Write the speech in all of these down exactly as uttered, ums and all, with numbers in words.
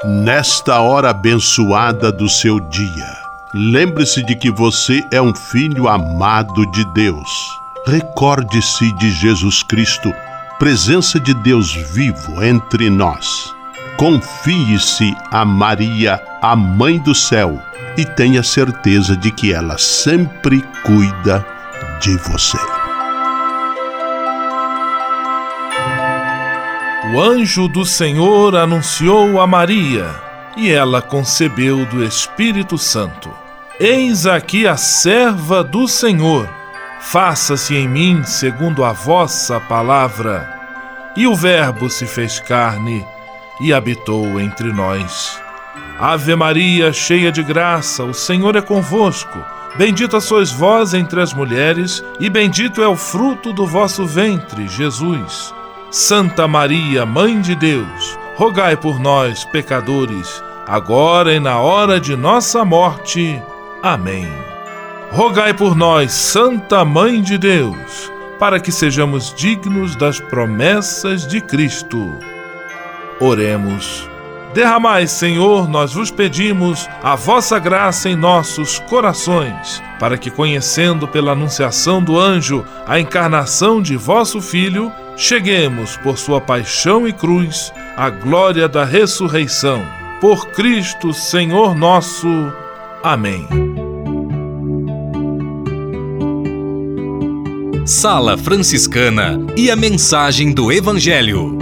Nesta hora abençoada do seu dia, lembre-se de que você é um filho amado de Deus. Recorde-se de Jesus Cristo, presença de Deus vivo entre nós. Confie-se a Maria, a Mãe do Céu, e tenha certeza de que ela sempre cuida de você. O anjo do Senhor anunciou a Maria, e ela concebeu do Espírito Santo. Eis aqui a serva do Senhor, faça-se em mim segundo a vossa palavra. E o Verbo se fez carne e habitou entre nós. Ave Maria, cheia de graça, o Senhor é convosco. Bendita sois vós entre as mulheres, e bendito é o fruto do vosso ventre, Jesus. Santa Maria, Mãe de Deus, rogai por nós, pecadores, agora e na hora de nossa morte. Amém. Rogai por nós, Santa Mãe de Deus, para que sejamos dignos das promessas de Cristo. Oremos. Derramai, Senhor, nós vos pedimos, a vossa graça em nossos corações, para que, conhecendo pela anunciação do anjo a encarnação de vosso Filho, cheguemos, por sua paixão e cruz, à glória da ressurreição. Por Cristo, Senhor nosso. Amém. Sala Franciscana e a mensagem do Evangelho.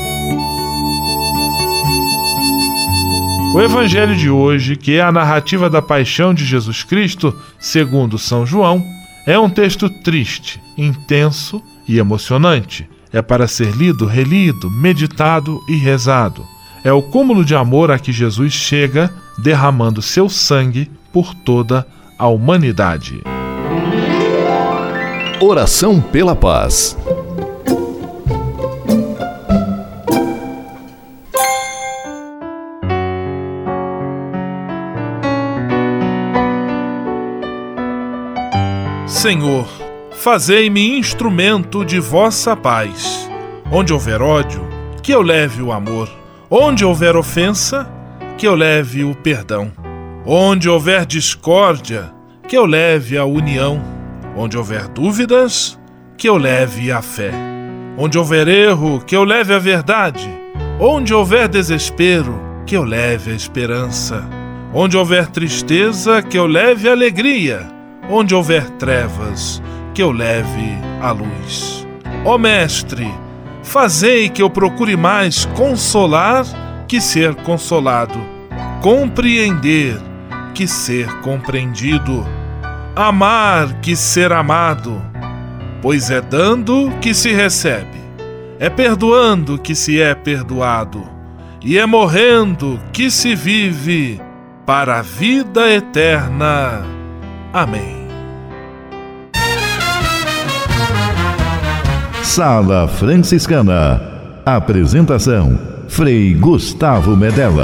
O Evangelho de hoje, que é a narrativa da paixão de Jesus Cristo, segundo São João, é um texto triste, intenso e emocionante. É para ser lido, relido, meditado e rezado. É o cúmulo de amor a que Jesus chega, derramando seu sangue por toda a humanidade. Oração pela paz. Senhor, fazei-me instrumento de vossa paz. Onde houver ódio, que eu leve o amor. Onde houver ofensa, que eu leve o perdão. Onde houver discórdia, que eu leve a união. Onde houver dúvidas, que eu leve a fé. Onde houver erro, que eu leve a verdade. Onde houver desespero, que eu leve a esperança. Onde houver tristeza, que eu leve a alegria. Onde houver trevas, que eu leve a luz. Ó Mestre, fazei que eu procure mais consolar que ser consolado, compreender que ser compreendido, amar que ser amado, pois é dando que se recebe, é perdoando que se é perdoado, e é morrendo que se vive para a vida eterna. Amém. Sala Franciscana. Apresentação: Frei Gustavo Medella.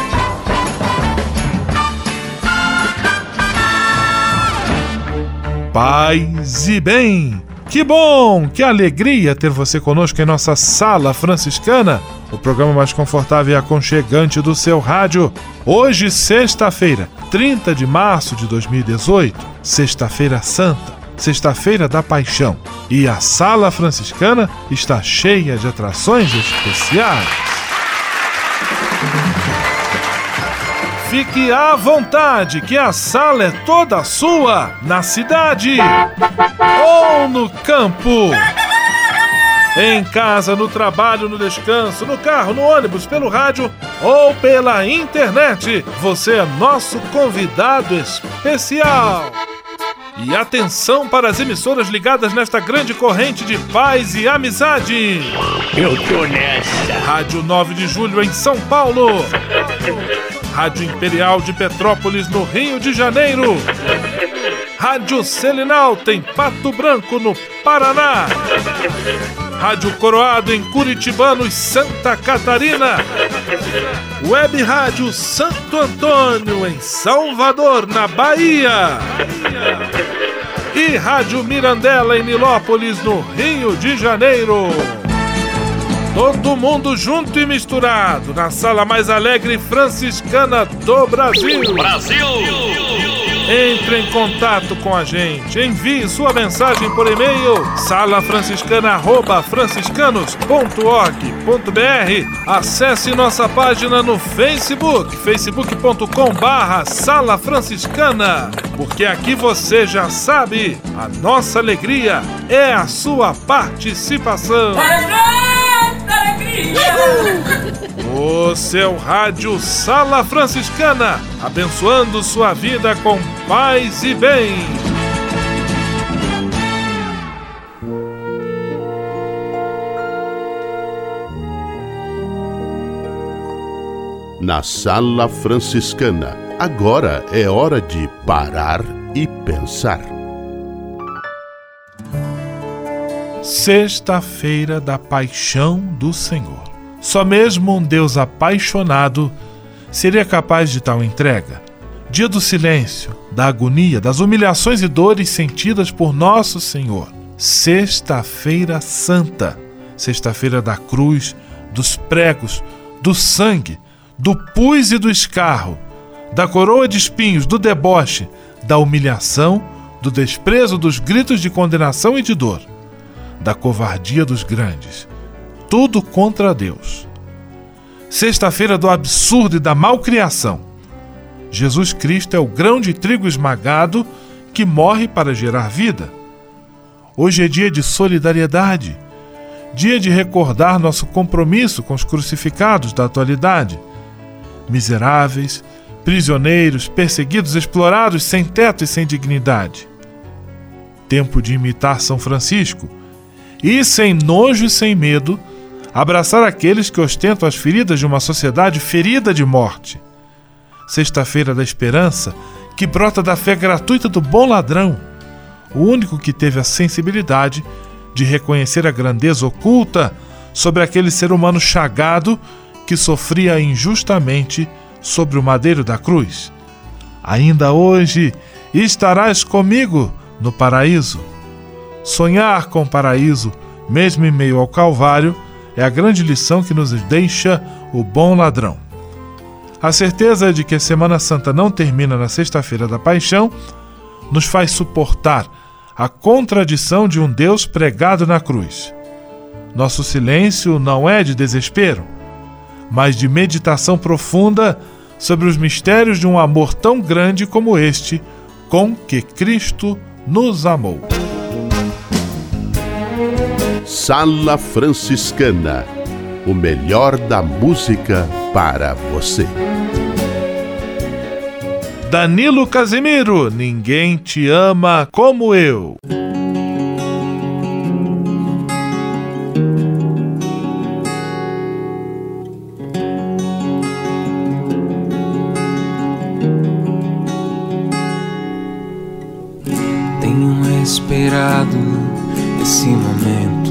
Paz e bem! Que bom, que alegria ter você conosco em nossa Sala Franciscana, o programa mais confortável e aconchegante do seu rádio. Hoje, sexta-feira, trinta de março de dois mil e dezoito, Sexta-feira Santa, Sexta-feira da Paixão. E a Sala Franciscana está cheia de atrações especiais. Fique à vontade, que a sala é toda sua, na cidade ou no campo. Em casa, no trabalho, no descanso, no carro, no ônibus, pelo rádio ou pela internet. Você é nosso convidado especial. E atenção para as emissoras ligadas nesta grande corrente de paz e amizade. Eu tô nessa. Rádio nove de julho em São Paulo. Rádio Imperial de Petrópolis, no Rio de Janeiro. Rádio Selinalta em Pato Branco, no Paraná. Rádio Coroado em Curitibanos, Santa Catarina. Web Rádio Santo Antônio em Salvador, na Bahia. E Rádio Mirandela em Nilópolis, no Rio de Janeiro. Todo mundo junto e misturado na sala mais alegre franciscana do Brasil. Brasil! Entre em contato com a gente. Envie sua mensagem por e-mail sala franciscana arroba franciscanos ponto org ponto br. Acesse nossa página no Facebook, facebook ponto com barra sala franciscana. Porque aqui você já sabe, a nossa alegria é a sua participação. O seu rádio Sala Franciscana, abençoando sua vida com paz e bem. Na Sala Franciscana, agora é hora de parar e pensar. Sexta-feira da Paixão do Senhor. Só mesmo um Deus apaixonado seria capaz de tal entrega. Dia do silêncio, da agonia, das humilhações e dores sentidas por nosso Senhor. Sexta-feira Santa, sexta-feira da cruz, dos pregos, do sangue, do pus e do escarro, da coroa de espinhos, do deboche, da humilhação, do desprezo, dos gritos de condenação e de dor, da covardia dos grandes, tudo contra Deus. Sexta-feira do absurdo e da malcriação. Jesus Cristo é o grão de trigo esmagado que morre para gerar vida. Hoje é dia de solidariedade, dia de recordar nosso compromisso com os crucificados da atualidade, miseráveis, prisioneiros, perseguidos, explorados, sem teto e sem dignidade. Tempo de imitar São Francisco e, sem nojo e sem medo, abraçar aqueles que ostentam as feridas de uma sociedade ferida de morte. Sexta-feira da esperança, que brota da fé gratuita do bom ladrão, o único que teve a sensibilidade de reconhecer a grandeza oculta sobre aquele ser humano chagado que sofria injustamente sobre o madeiro da cruz. Ainda hoje estarás comigo no paraíso. Sonhar com o paraíso, mesmo em meio ao Calvário, é a grande lição que nos deixa o bom ladrão. A certeza de que a Semana Santa não termina na Sexta-feira da Paixão nos faz suportar a contradição de um Deus pregado na cruz. Nosso silêncio não é de desespero, mas de meditação profunda sobre os mistérios de um amor tão grande como este, com que Cristo nos amou. Sala Franciscana, o melhor da música para você. Danilo Casimiro, ninguém te ama como eu. Tenho esperado esse momento,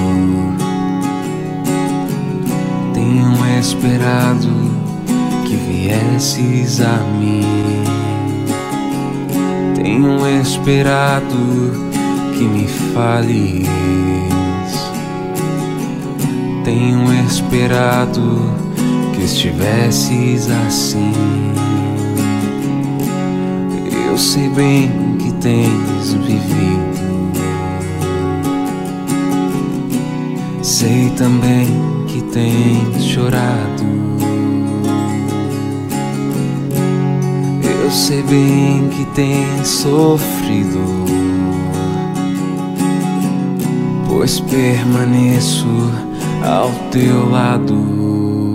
tenho esperado que viesses a mim, tenho esperado que me fales, tenho esperado que estivesses assim. Eu sei bem que tens vivido, sei também que tens chorado. Eu sei bem que tens sofrido, pois permaneço ao teu lado.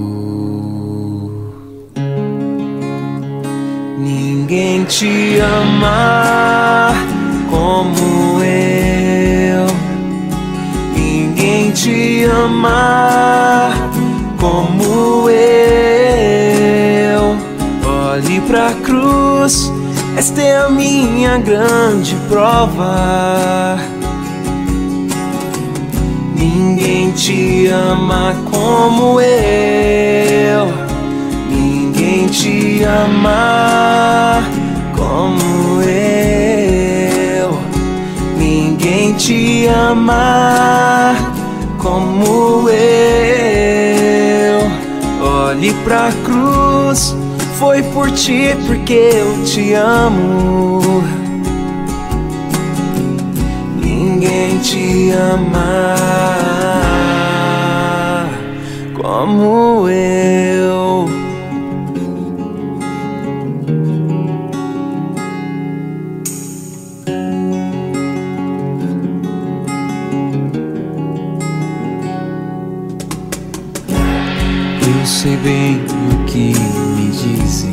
Ninguém te ama como eu, ninguém te ama como eu. Olhe pra cruz, esta é a minha grande prova. Ninguém te ama como eu, ninguém te ama como eu, ninguém te ama como eu. pra cruz, foi por ti porque eu te amo. Ninguém te ama como eu. Eu sei bem o que me dizes,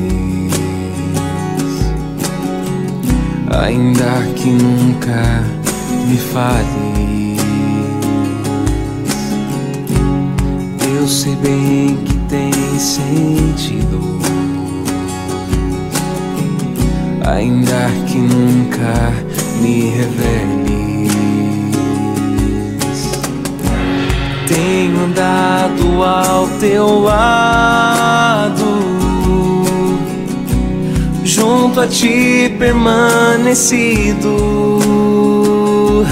ainda que nunca me fales. Eu sei bem que tem sentido, ainda que nunca me reveles. Tenho andado ao teu lado, junto a ti permanecido.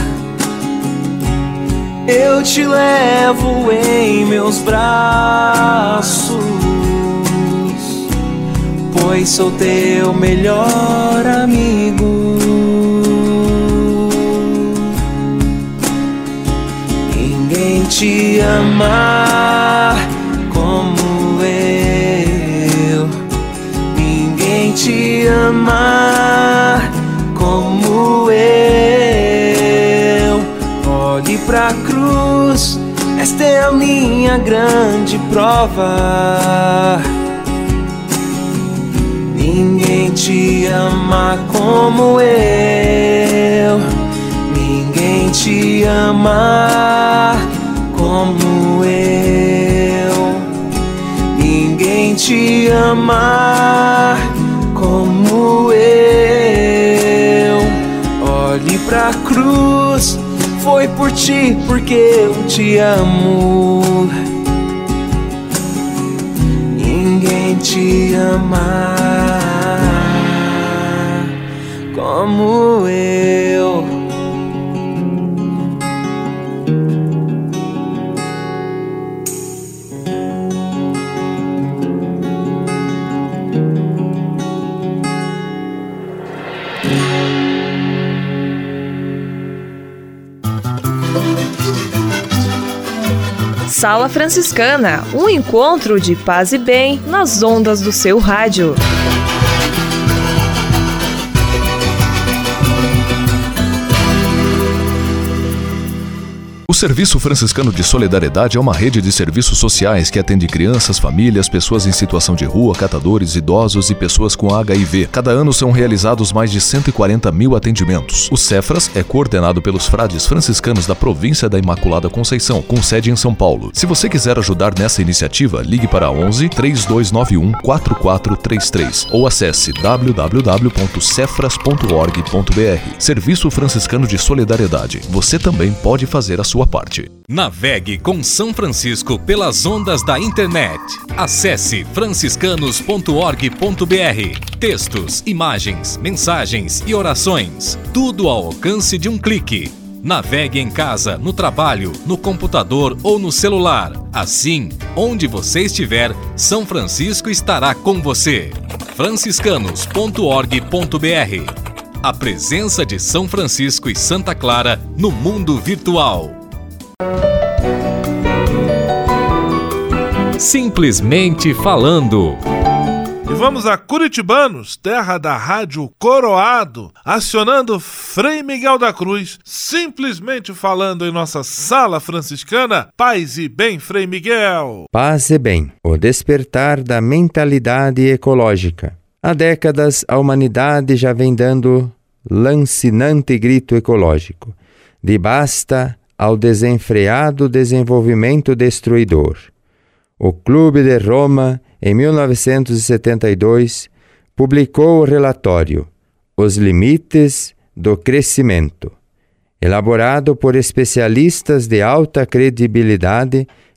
Eu te levo em meus braços, pois sou teu melhor amigo. Ninguém te ama como eu. Ninguém te ama como eu. Olhe pra cruz, esta é a minha grande prova. Ninguém te ama como eu. Ninguém te ama como eu. Ninguém te ama como eu. Olhe pra cruz, foi por ti porque eu te amo. Ninguém te ama como eu. Sala Franciscana, um encontro de paz e bem nas ondas do seu rádio. O Serviço Franciscano de Solidariedade é uma rede de serviços sociais que atende crianças, famílias, pessoas em situação de rua, catadores, idosos e pessoas com H I V. Cada ano são realizados mais de cento e quarenta mil atendimentos. O Cefras é coordenado pelos frades franciscanos da província da Imaculada Conceição, com sede em São Paulo. Se você quiser ajudar nessa iniciativa, ligue para onze, três dois nove um, quatro quatro três três ou acesse w w w ponto cefras ponto org ponto b r. Serviço Franciscano de Solidariedade. Você também pode fazer a sua parte. Navegue com São Francisco pelas ondas da internet. Acesse franciscanos ponto org ponto b r. Textos, imagens, mensagens e orações. Tudo ao alcance de um clique. Navegue em casa, no trabalho, no computador ou no celular. Assim, onde você estiver, São Francisco estará com você. franciscanos ponto org ponto b r. A presença de São Francisco e Santa Clara no mundo virtual. Simplesmente falando. E vamos a Curitibanos, terra da rádio Coroado, acionando Frei Miguel da Cruz, simplesmente falando em nossa sala franciscana. Paz e bem, Frei Miguel. Paz e bem, o despertar da mentalidade ecológica. Há décadas a humanidade já vem dando lancinante grito ecológico, de basta ao desenfreado desenvolvimento destruidor. O Clube de Roma, em mil novecentos e setenta e dois, publicou o relatório Os Limites do Crescimento, elaborado por especialistas de alta credibilidade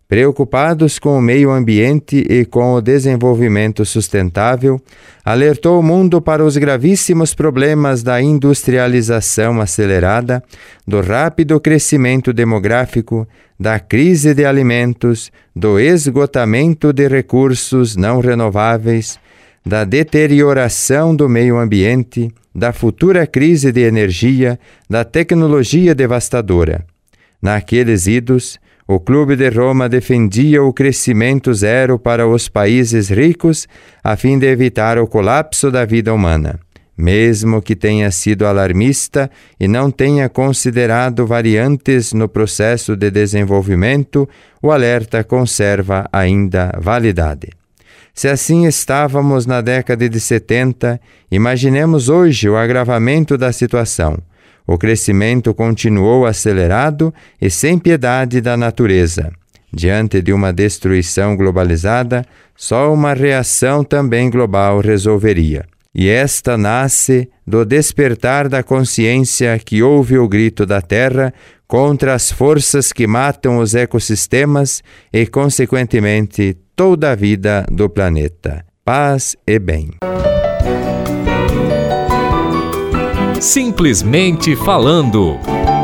preocupados com o meio ambiente e com o desenvolvimento sustentável, alertou o mundo para os gravíssimos problemas da industrialização acelerada, do rápido crescimento demográfico, da crise de alimentos, do esgotamento de recursos não renováveis, da deterioração do meio ambiente, da futura crise de energia, da tecnologia devastadora. Naqueles idos, o Clube de Roma defendia o crescimento zero para os países ricos a fim de evitar o colapso da vida humana. Mesmo que tenha sido alarmista e não tenha considerado variantes no processo de desenvolvimento, o alerta conserva ainda validade. Se assim estávamos na década de setenta, imaginemos hoje o agravamento da situação. O crescimento continuou acelerado e sem piedade da natureza. Diante de uma destruição globalizada, só uma reação também global resolveria. E esta nasce do despertar da consciência que ouve o grito da Terra contra as forças que matam os ecossistemas e, consequentemente, toda a vida do planeta. Paz e bem. Simplesmente falando.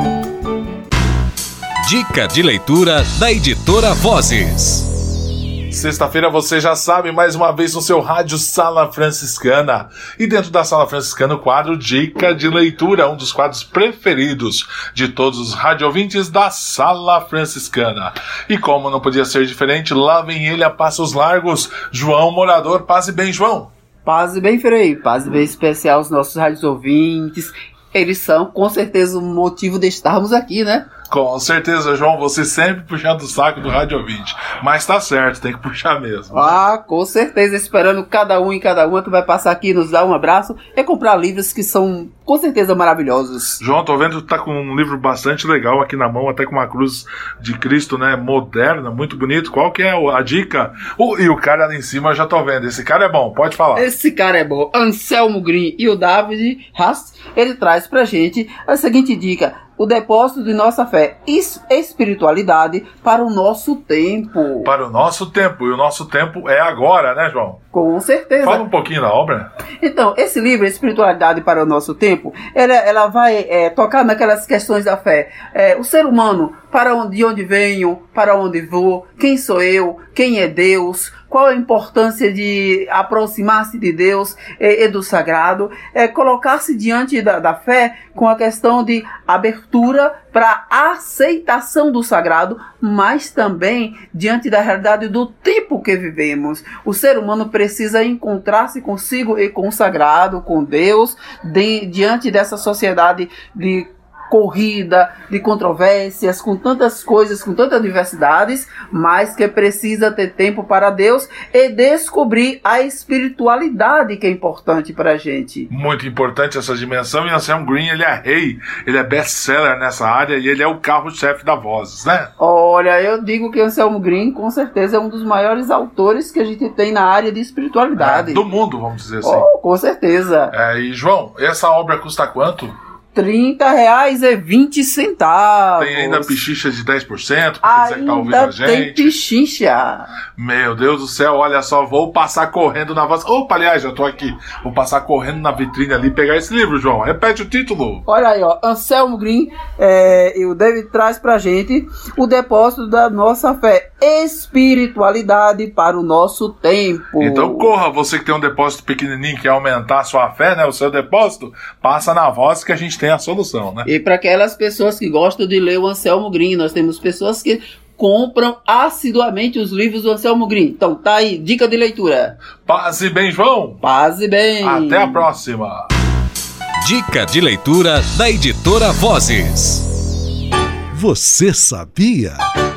Dica de leitura da Editora Vozes. Sexta-feira, você já sabe, mais uma vez no seu rádio Sala Franciscana. E dentro da Sala Franciscana, o quadro Dica de Leitura, um dos quadros preferidos de todos os radiovintes da Sala Franciscana. E como não podia ser diferente, lá vem ele a passos largos, João Morador. Paz e bem, João. Paz e bem, Frei. Paz e bem especial aos nossos rádios ouvintes. Eles são, com certeza, o motivo de estarmos aqui, né? Com certeza, João, você sempre puxando o saco do rádio ouvinte. Mas tá certo, tem que puxar mesmo. Ah, né? Com certeza, esperando cada um e cada uma que vai passar aqui, nos dar um abraço e comprar livros que são, com certeza, maravilhosos. João, tô vendo que tá com um livro bastante legal aqui na mão, até com uma cruz de Cristo, né, moderna, muito bonito. Qual que é a dica? Oh, e o cara ali em cima eu já tô vendo, esse cara é bom, pode falar. Esse cara é bom. Anselmo Green e o David Haas, ele traz pra gente a seguinte dica: o depósito de nossa fé e espiritualidade para o nosso tempo. Para o nosso tempo, e o nosso tempo é agora, né, João? Com certeza. Fala um pouquinho da obra. Então, esse livro, Espiritualidade para o Nosso Tempo, ela, ela vai é, tocar naquelas questões da fé. É, o ser humano, para onde, de onde venho, para onde vou, quem sou eu, quem é Deus, qual a importância de aproximar-se de Deus e, e do sagrado, é, colocar-se diante da, da fé com a questão de abertura para a aceitação do sagrado, mas também diante da realidade do tempo que vivemos. O ser humano precisa encontrar-se consigo e com o sagrado, com Deus, de, diante dessa sociedade de corrida, de controvérsias, com tantas coisas, com tantas diversidades, mas que precisa ter tempo para Deus e descobrir a espiritualidade que é importante para a gente. Muito importante essa dimensão, e Anselmo Green, ele é rei, ele é best-seller nessa área e ele é o carro-chefe da Vozes, né? Olha, eu digo que Anselmo Green, com certeza, é um dos maiores autores que a gente tem na área de espiritualidade. É, do mundo, vamos dizer assim. Oh, com certeza. É, e, João, essa obra custa quanto? trinta reais e vinte centavos. Tem ainda pichicha de dez por cento, pra quiser que tá ouvindo a gente. Tem pichicha. Meu Deus do céu, olha só, vou passar correndo na voz. Opa, aliás, já tô aqui. Vou passar correndo na vitrine ali e pegar esse livro, João. Repete o título. Olha aí, ó. Anselmo Green é, e o David traz pra gente o depósito da nossa fé. Espiritualidade para o nosso tempo. Então corra, você que tem um depósito pequenininho, quer aumentar a sua fé, né, o seu depósito, passa na Voz que a gente tem a solução, né? E para aquelas pessoas que gostam de ler o Anselmo Green, nós temos pessoas que compram assiduamente os livros do Anselmo Green. Então tá aí, dica de leitura. Paz e bem, João. Paz e bem. Até a próxima. Dica de leitura da Editora Vozes. Você sabia?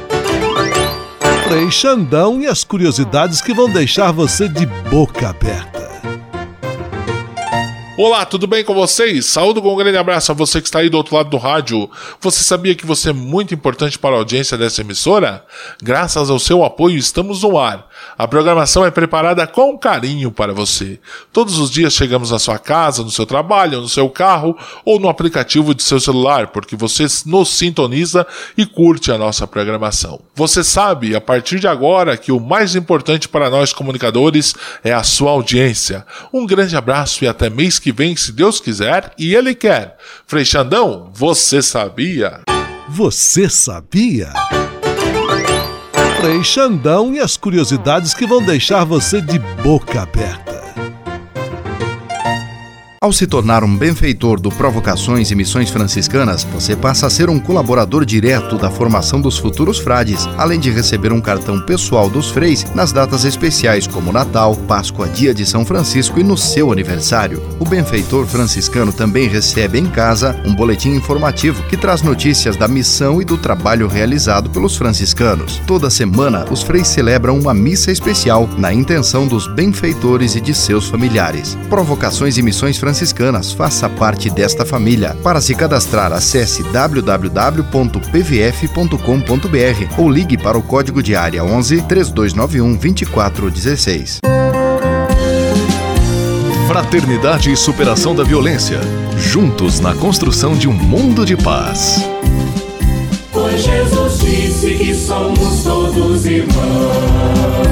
Frei Xandão e as curiosidades que vão deixar você de boca aberta. Olá, tudo bem com vocês? Saúdo com um grande abraço a você que está aí do outro lado do rádio. Você sabia que você é muito importante para a audiência dessa emissora? Graças ao seu apoio estamos no ar. A programação é preparada com carinho para você. Todos os dias chegamos na sua casa, no seu trabalho, no seu carro ou no aplicativo de seu celular, porque você nos sintoniza e curte a nossa programação. Você sabe, a partir de agora, que o mais importante para nós comunicadores é a sua audiência. Um grande abraço e até mês que vem, se Deus quiser e Ele quer. Frei Xandão, você sabia? Você sabia? Frei Xandão e as curiosidades que vão deixar você de boca aberta. Ao se tornar um benfeitor do Provocações e Missões Franciscanas, você passa a ser um colaborador direto da formação dos futuros frades, além de receber um cartão pessoal dos freis nas datas especiais como Natal, Páscoa, Dia de São Francisco e no seu aniversário. O benfeitor franciscano também recebe em casa um boletim informativo que traz notícias da missão e do trabalho realizado pelos franciscanos. Toda semana, os freis celebram uma missa especial na intenção dos benfeitores e de seus familiares. Provocações e Missões Franciscanas Franciscanas, faça parte desta família. Para se cadastrar, acesse w w w ponto p v f ponto com ponto b r ou ligue para o código de área onze, três dois nove um, dois quatro um seis. Fraternidade e superação da violência. Juntos na construção de um mundo de paz. Pois Jesus disse que somos todos irmãos.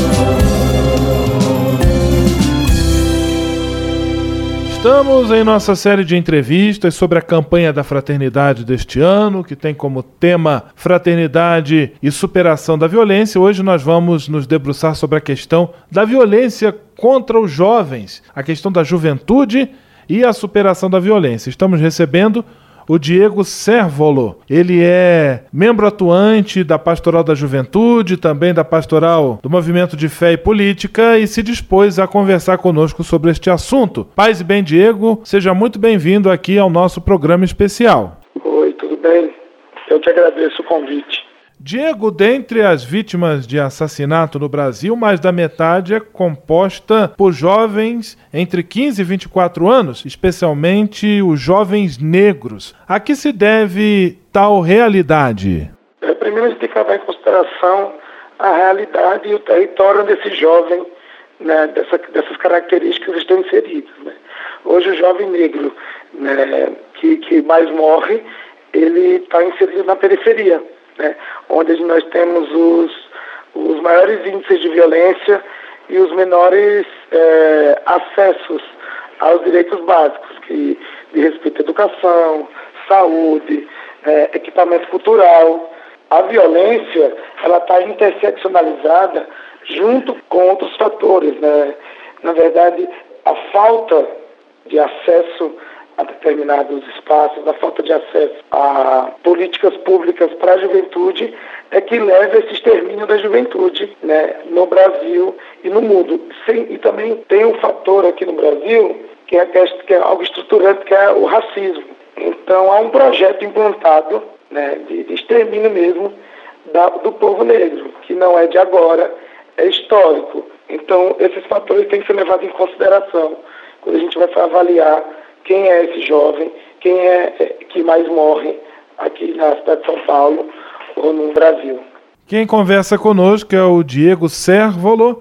Estamos em nossa série de entrevistas sobre a campanha da fraternidade deste ano, que tem como tema Fraternidade e Superação da Violência. Hoje nós vamos nos debruçar sobre a questão da violência contra os jovens, a questão da juventude e a superação da violência. Estamos recebendo o Diego Cérvolo. Ele é membro atuante da Pastoral da Juventude, também da Pastoral do Movimento de Fé e Política, e se dispôs a conversar conosco sobre este assunto. Paz e bem, Diego, seja muito bem-vindo aqui ao nosso programa especial. Oi, tudo bem? Eu te agradeço o convite. Diego, dentre as vítimas de assassinato no Brasil, mais da metade é composta por jovens entre quinze e vinte e quatro anos, especialmente os jovens negros. A que se deve tal realidade? É, primeiro a gente tem que levar em consideração a realidade e o território onde esse jovem, né, dessa, dessas características estão inseridos. Né? Hoje o jovem negro, né, que, que mais morre, ele está inserido na periferia. Né, onde nós temos os, os maiores índices de violência e os menores é, acessos aos direitos básicos, que de respeito à educação, saúde, é, equipamento cultural. A violência ela está interseccionalizada junto com outros fatores. Né? Na verdade, a falta de acesso a determinados espaços, a falta de acesso a políticas públicas para a juventude é que leva a esse extermínio da juventude, né, no Brasil e no mundo. Sim, e também tem um fator aqui no Brasil que é, que é algo estruturante, que é o racismo. Então há um projeto implantado, né, de, de extermínio mesmo da, do povo negro, que não é de agora, é histórico. Então esses fatores têm que ser levados em consideração quando a gente vai avaliar quem é esse jovem, quem é que mais morre aqui na cidade de São Paulo ou no Brasil. Quem conversa conosco é o Diego Cérvolo,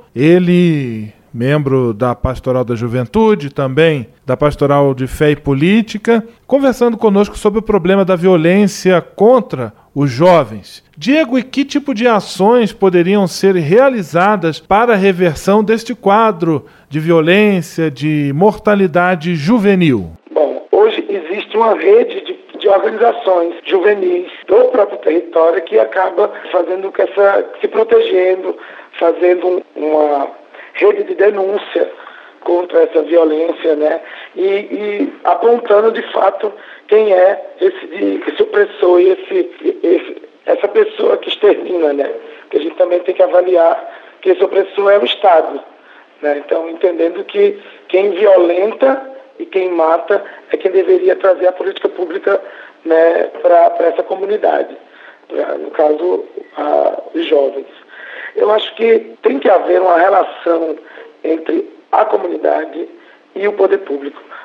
ele membro da Pastoral da Juventude, também da Pastoral de Fé e Política, conversando conosco sobre o problema da violência contra os jovens. Diego, e que tipo de ações poderiam ser realizadas para a reversão deste quadro de violência, de mortalidade juvenil? Bom, hoje existe uma rede de, de organizações juvenis do próprio território que acaba fazendo que essa, se protegendo, fazendo uma rede de denúncia contra essa violência, né? E, e apontando de fato quem é esse, esse opressor e esse, esse, essa pessoa que extermina, né? Porque a gente também tem que avaliar que esse opressor é o Estado, né? Então, entendendo que quem violenta e quem mata é quem deveria trazer a política pública, né, para essa comunidade, pra, no caso, a, os jovens. Eu acho que tem que haver uma relação entre a comunidade e o poder público.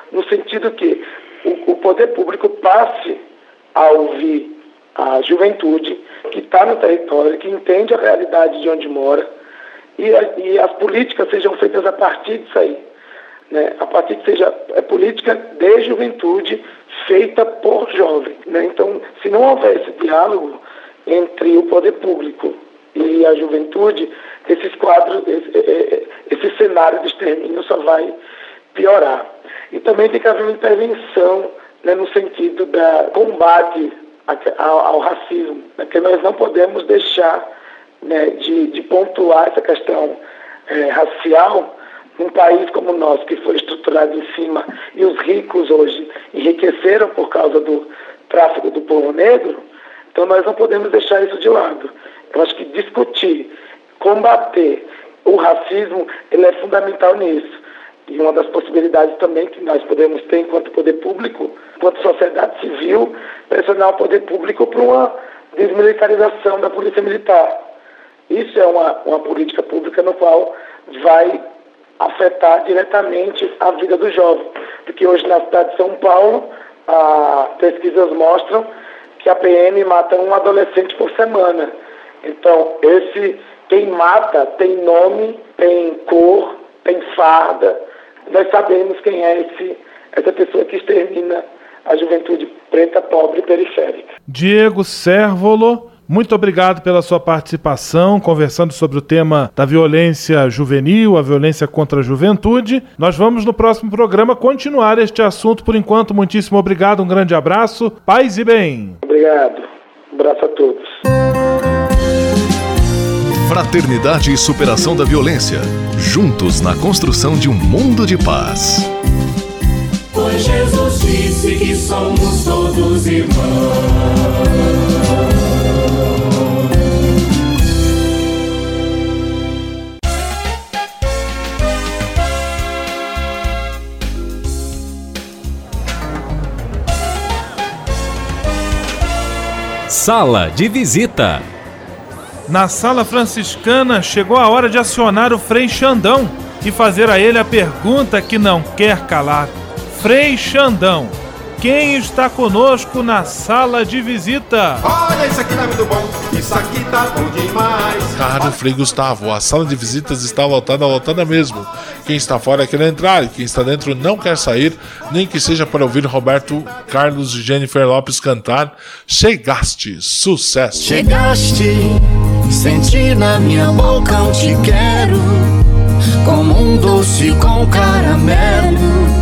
no sentido que o, o poder público passe a ouvir a juventude que está no território, que entende a realidade de onde mora, e, a, e as políticas sejam feitas a partir disso aí, né? A partir que seja é política de juventude feita por jovem, né? Então, se não houver esse diálogo entre o poder público e a juventude, esses quadros, esse, esse cenário de extermínio só vai piorar. E também tem que haver uma intervenção, né, no sentido da combate ao, ao racismo, né, porque nós não podemos deixar, né, de, de pontuar essa questão é, racial num país como o nosso, que foi estruturado em cima, e os ricos hoje enriqueceram por causa do tráfico do povo negro. Então nós não podemos deixar isso de lado. Eu acho que discutir, combater o racismo, ele é fundamental nisso. E uma das possibilidades também que nós podemos ter enquanto poder público, enquanto sociedade civil, pressionar o poder público para uma desmilitarização da polícia militar. Isso é uma, uma política pública no qual vai afetar diretamente a vida do jovem. Porque hoje na cidade de São Paulo, as pesquisas mostram que a P M mata um adolescente por semana. Então, esse, quem mata tem nome, tem cor, tem farda. Nós sabemos quem é esse, essa pessoa que extermina a juventude preta, pobre e periférica. Diego Cérvolo, muito obrigado pela sua participação, conversando sobre o tema da violência juvenil, a violência contra a juventude. Nós vamos no próximo programa continuar este assunto. Por enquanto, muitíssimo obrigado, um grande abraço, paz e bem. Obrigado, um abraço a todos. Fraternidade e superação da violência, juntos na construção de um mundo de paz. Pois Jesus disse que somos todos irmãos. Sala de visita. Na sala franciscana chegou a hora de acionar o Frei Xandão e fazer a ele a pergunta que não quer calar. Frei Xandão, quem está conosco na sala de visita? Olha, isso aqui tá muito bom, isso aqui tá bom demais. Caro Frei Gustavo, a sala de visitas está lotada, lotada mesmo. Quem está fora quer entrar, quem está dentro não quer sair, nem que seja para ouvir Roberto Carlos e Jennifer Lopes cantar Chegaste, sucesso. Chegaste, senti na minha boca eu te quero, como um doce com caramelo.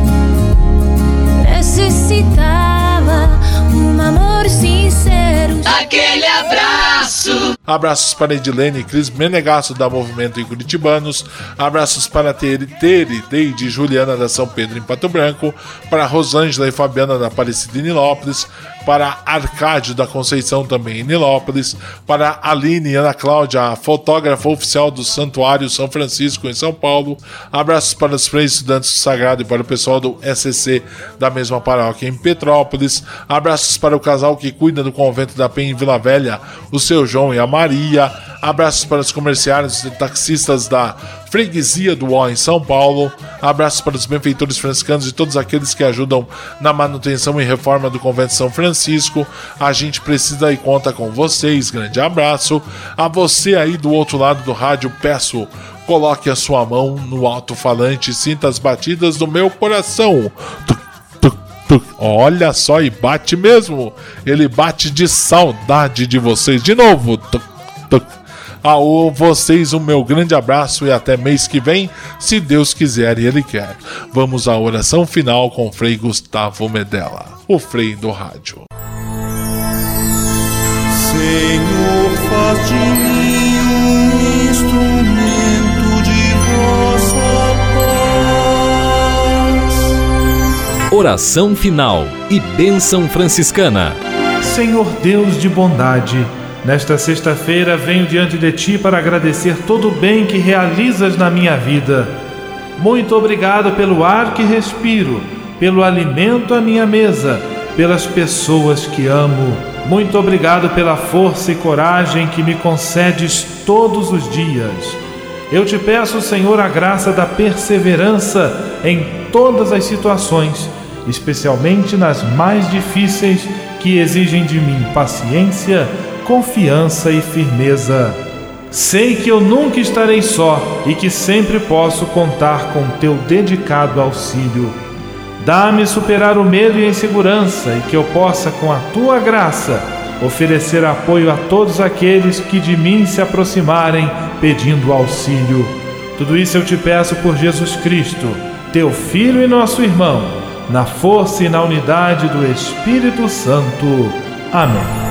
Necessitava um amor sincero, aquele abraço. Abraços para Edilene e Cris Menegasso da Movimento em Curitibanos. Abraços para Tere, Tere, Deide e Juliana da São Pedro em Pato Branco. Para Rosângela e Fabiana da Aparecida em Nilópolis. Para Arcádio da Conceição também em Nilópolis. Para Aline e Ana Cláudia, a fotógrafa oficial do Santuário São Francisco em São Paulo. Abraços para os freios estudantes do Sagrado e para o pessoal do S C da mesma paróquia em Petrópolis. Abraços para o casal que cuida do convento da Penha em Vila Velha, o seu João e a Maria. Abraços para os comerciários e taxistas da Freguesia do Ó em São Paulo. Abraços para os benfeitores franciscanos e todos aqueles que ajudam na manutenção e reforma do Convento São Francisco. A gente precisa e conta com vocês. Grande abraço. A você aí do outro lado do rádio, peço, coloque a sua mão no alto-falante e sinta as batidas do meu coração. Olha só, e bate mesmo. Ele bate de saudade de vocês. De novo. A vocês um meu grande abraço e até mês que vem, se Deus quiser e Ele quer. Vamos à oração final com o Frei Gustavo Medella, o Frei do Rádio. Senhor, faz de mim um instrumento de vossa paz. Oração final e bênção franciscana. Senhor Deus de bondade, nesta sexta-feira venho diante de Ti para agradecer todo o bem que realizas na minha vida. Muito obrigado pelo ar que respiro, pelo alimento à minha mesa, pelas pessoas que amo. Muito obrigado pela força e coragem que me concedes todos os dias. Eu te peço, Senhor, a graça da perseverança em todas as situações, especialmente nas mais difíceis, que exigem de mim paciência, confiança e firmeza. Sei que eu nunca estarei só e que sempre posso contar com teu dedicado auxílio. Dá-me superar o medo e a insegurança e que eu possa, com a tua graça, oferecer apoio a todos aqueles que de mim se aproximarem pedindo auxílio. Tudo isso eu te peço por Jesus Cristo, teu Filho e nosso irmão, na força e na unidade do Espírito Santo. Amém.